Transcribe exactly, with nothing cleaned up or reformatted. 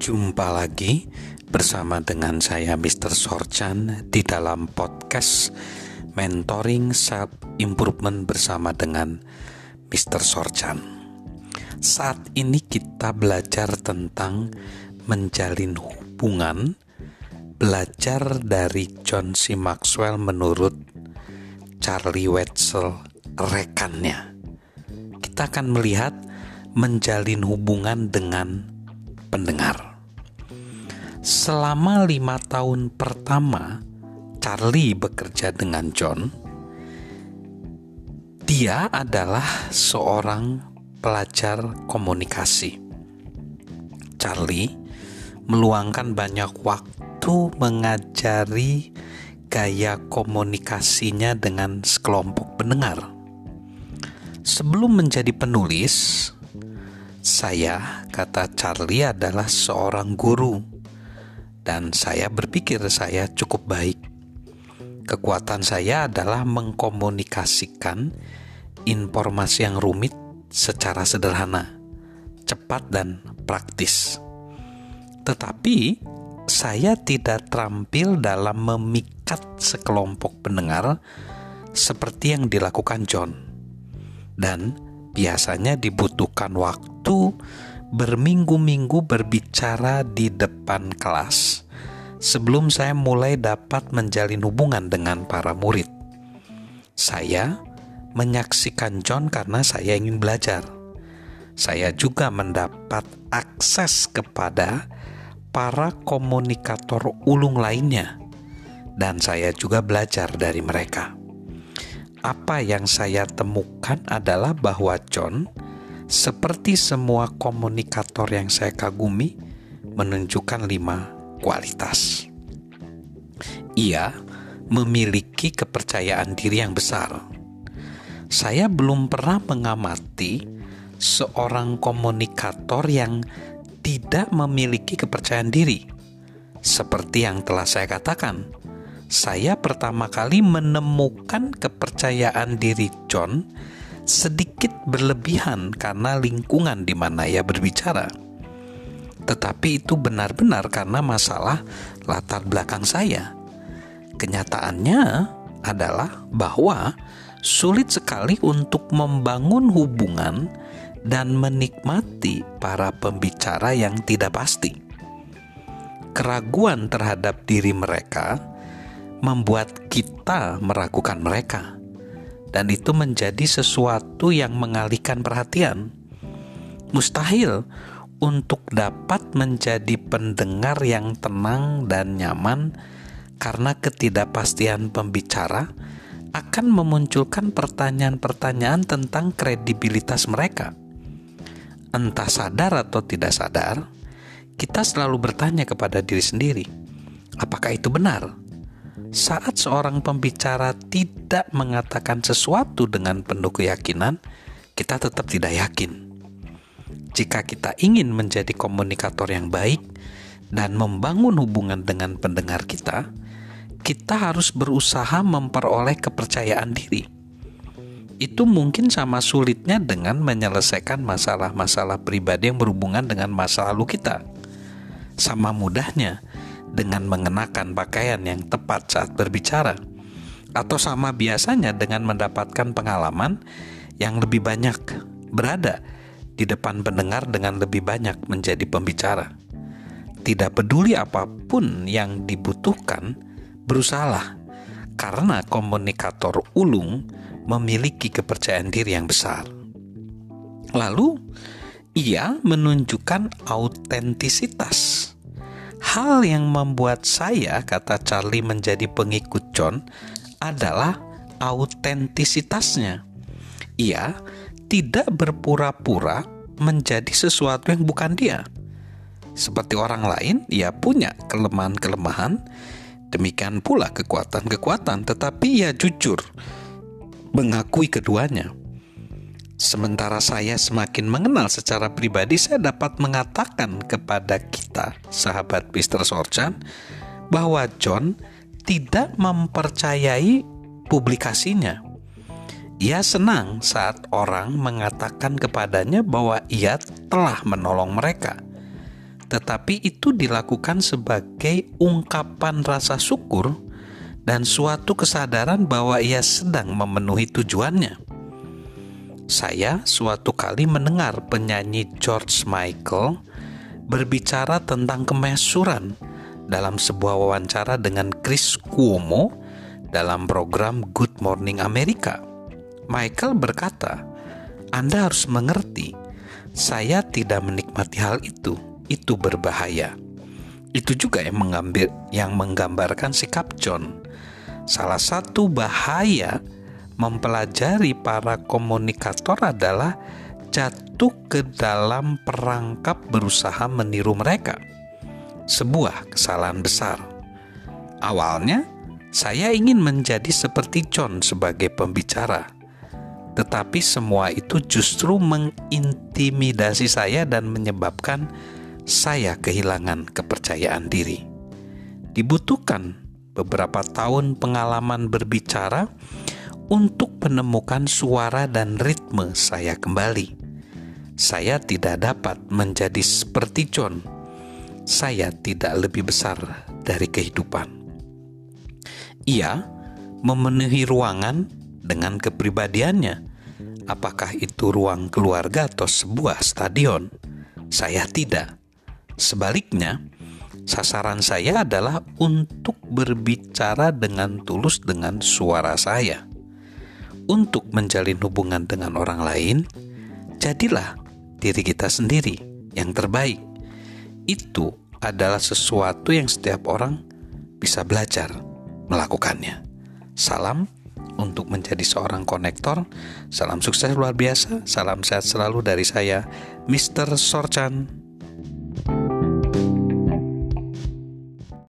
Jumpa lagi bersama dengan saya mister Sorchan di dalam podcast Mentoring Self Improvement bersama dengan mister Sorchan. Saat ini kita belajar tentang menjalin hubungan, belajar dari John C. Maxwell menurut Charlie Wetzel, rekannya. Kita akan melihat menjalin hubungan dengan pendengar. Selama lima tahun pertama Charlie bekerja dengan John, dia adalah seorang pelajar komunikasi. Charlie meluangkan banyak waktu mengajari gaya komunikasinya dengan sekelompok pendengar. Sebelum menjadi penulis, saya, kata Charlie, adalah seorang guru, dan saya berpikir saya cukup baik. Kekuatan saya adalah mengkomunikasikan informasi yang rumit secara sederhana, cepat dan praktis. Tetapi saya tidak terampil dalam memikat sekelompok pendengar seperti yang dilakukan John. Dan biasanya dibutuhkan waktu berminggu-minggu berbicara di depan kelas sebelum saya mulai dapat menjalin hubungan dengan para murid. Saya menyaksikan John karena saya ingin belajar. Saya juga mendapat akses kepada para komunikator ulung lainnya, dan saya juga belajar dari mereka. Apa yang saya temukan adalah bahwa John, seperti semua komunikator yang saya kagumi, menunjukkan lima kualitas. Ia memiliki kepercayaan diri yang besar. Saya belum pernah mengamati seorang komunikator yang tidak memiliki kepercayaan diri. Seperti yang telah saya katakan, saya pertama kali menemukan kepercayaan diri John sedikit berlebihan karena lingkungan di mana ia berbicara. Tetapi itu benar-benar karena masalah latar belakang saya. Kenyataannya adalah bahwa sulit sekali untuk membangun hubungan dan menikmati para pembicara yang tidak pasti. Keraguan terhadap diri mereka membuat kita meragukan mereka, dan itu menjadi sesuatu yang mengalihkan perhatian. Mustahil untuk dapat menjadi pendengar yang tenang dan nyaman karena ketidakpastian pembicara akan memunculkan pertanyaan-pertanyaan tentang kredibilitas mereka. Entah sadar atau tidak sadar, kita selalu bertanya kepada diri sendiri, apakah itu benar? Saat seorang pembicara tidak mengatakan sesuatu dengan penuh keyakinan, kita tetap tidak yakin. Jika kita ingin menjadi komunikator yang baik dan membangun hubungan dengan pendengar kita, kita harus berusaha memperoleh kepercayaan diri. Itu mungkin sama sulitnya dengan menyelesaikan masalah-masalah pribadi yang berhubungan dengan masa lalu kita. Sama mudahnya dengan mengenakan pakaian yang tepat saat berbicara, atau sama biasanya dengan mendapatkan pengalaman yang lebih banyak berada di depan pendengar dengan lebih banyak menjadi pembicara. Tidak peduli apapun yang dibutuhkan, berusahalah, karena komunikator ulung memiliki kepercayaan diri yang besar. Lalu, ia menunjukkan autentisitas. Hal yang membuat saya, kata Charlie, menjadi pengikut John adalah autentisitasnya. Ia tidak berpura-pura menjadi sesuatu yang bukan dia. Seperti orang lain, ia punya kelemahan-kelemahan, demikian pula kekuatan-kekuatan, tetapi ia jujur mengakui keduanya. Sementara saya semakin mengenal secara pribadi, saya dapat mengatakan kepada kita, sahabat mister Sorchan, bahwa John tidak mempercayai publikasinya. Ia senang saat orang mengatakan kepadanya bahwa ia telah menolong mereka. tetapi itu dilakukan sebagai ungkapan rasa syukur dan suatu kesadaran bahwa ia sedang memenuhi tujuannya. Saya suatu kali mendengar penyanyi George Michael berbicara tentang kemasyhuran dalam sebuah wawancara dengan Chris Cuomo dalam program Good Morning America. Michael berkata, "Anda harus mengerti, saya tidak menikmati hal itu. Itu berbahaya." Itu juga yang mengambil, yang menggambarkan sikap John. Salah satu bahaya mempelajari para komunikator adalah jatuh ke dalam perangkap berusaha meniru mereka. Sebuah kesalahan besar. Awalnya, saya ingin menjadi seperti John sebagai pembicara. Tetapi semua itu justru mengintimidasi saya dan menyebabkan saya kehilangan kepercayaan diri. Dibutuhkan beberapa tahun pengalaman berbicara untuk menemukan suara dan ritme saya kembali. Saya tidak dapat menjadi seperti John. Saya tidak lebih besar dari kehidupan. Ia memenuhi ruangan dengan kepribadiannya. Apakah itu ruang keluarga atau sebuah stadion? Saya tidak. Sebaliknya, sasaran saya adalah untuk berbicara dengan tulus dengan suara saya. Untuk menjalin hubungan dengan orang lain, jadilah diri kita sendiri yang terbaik. Itu adalah sesuatu yang setiap orang bisa belajar melakukannya. Salam untuk menjadi seorang konektor. Salam sukses luar biasa. Salam sehat selalu dari saya, mister Sorchan.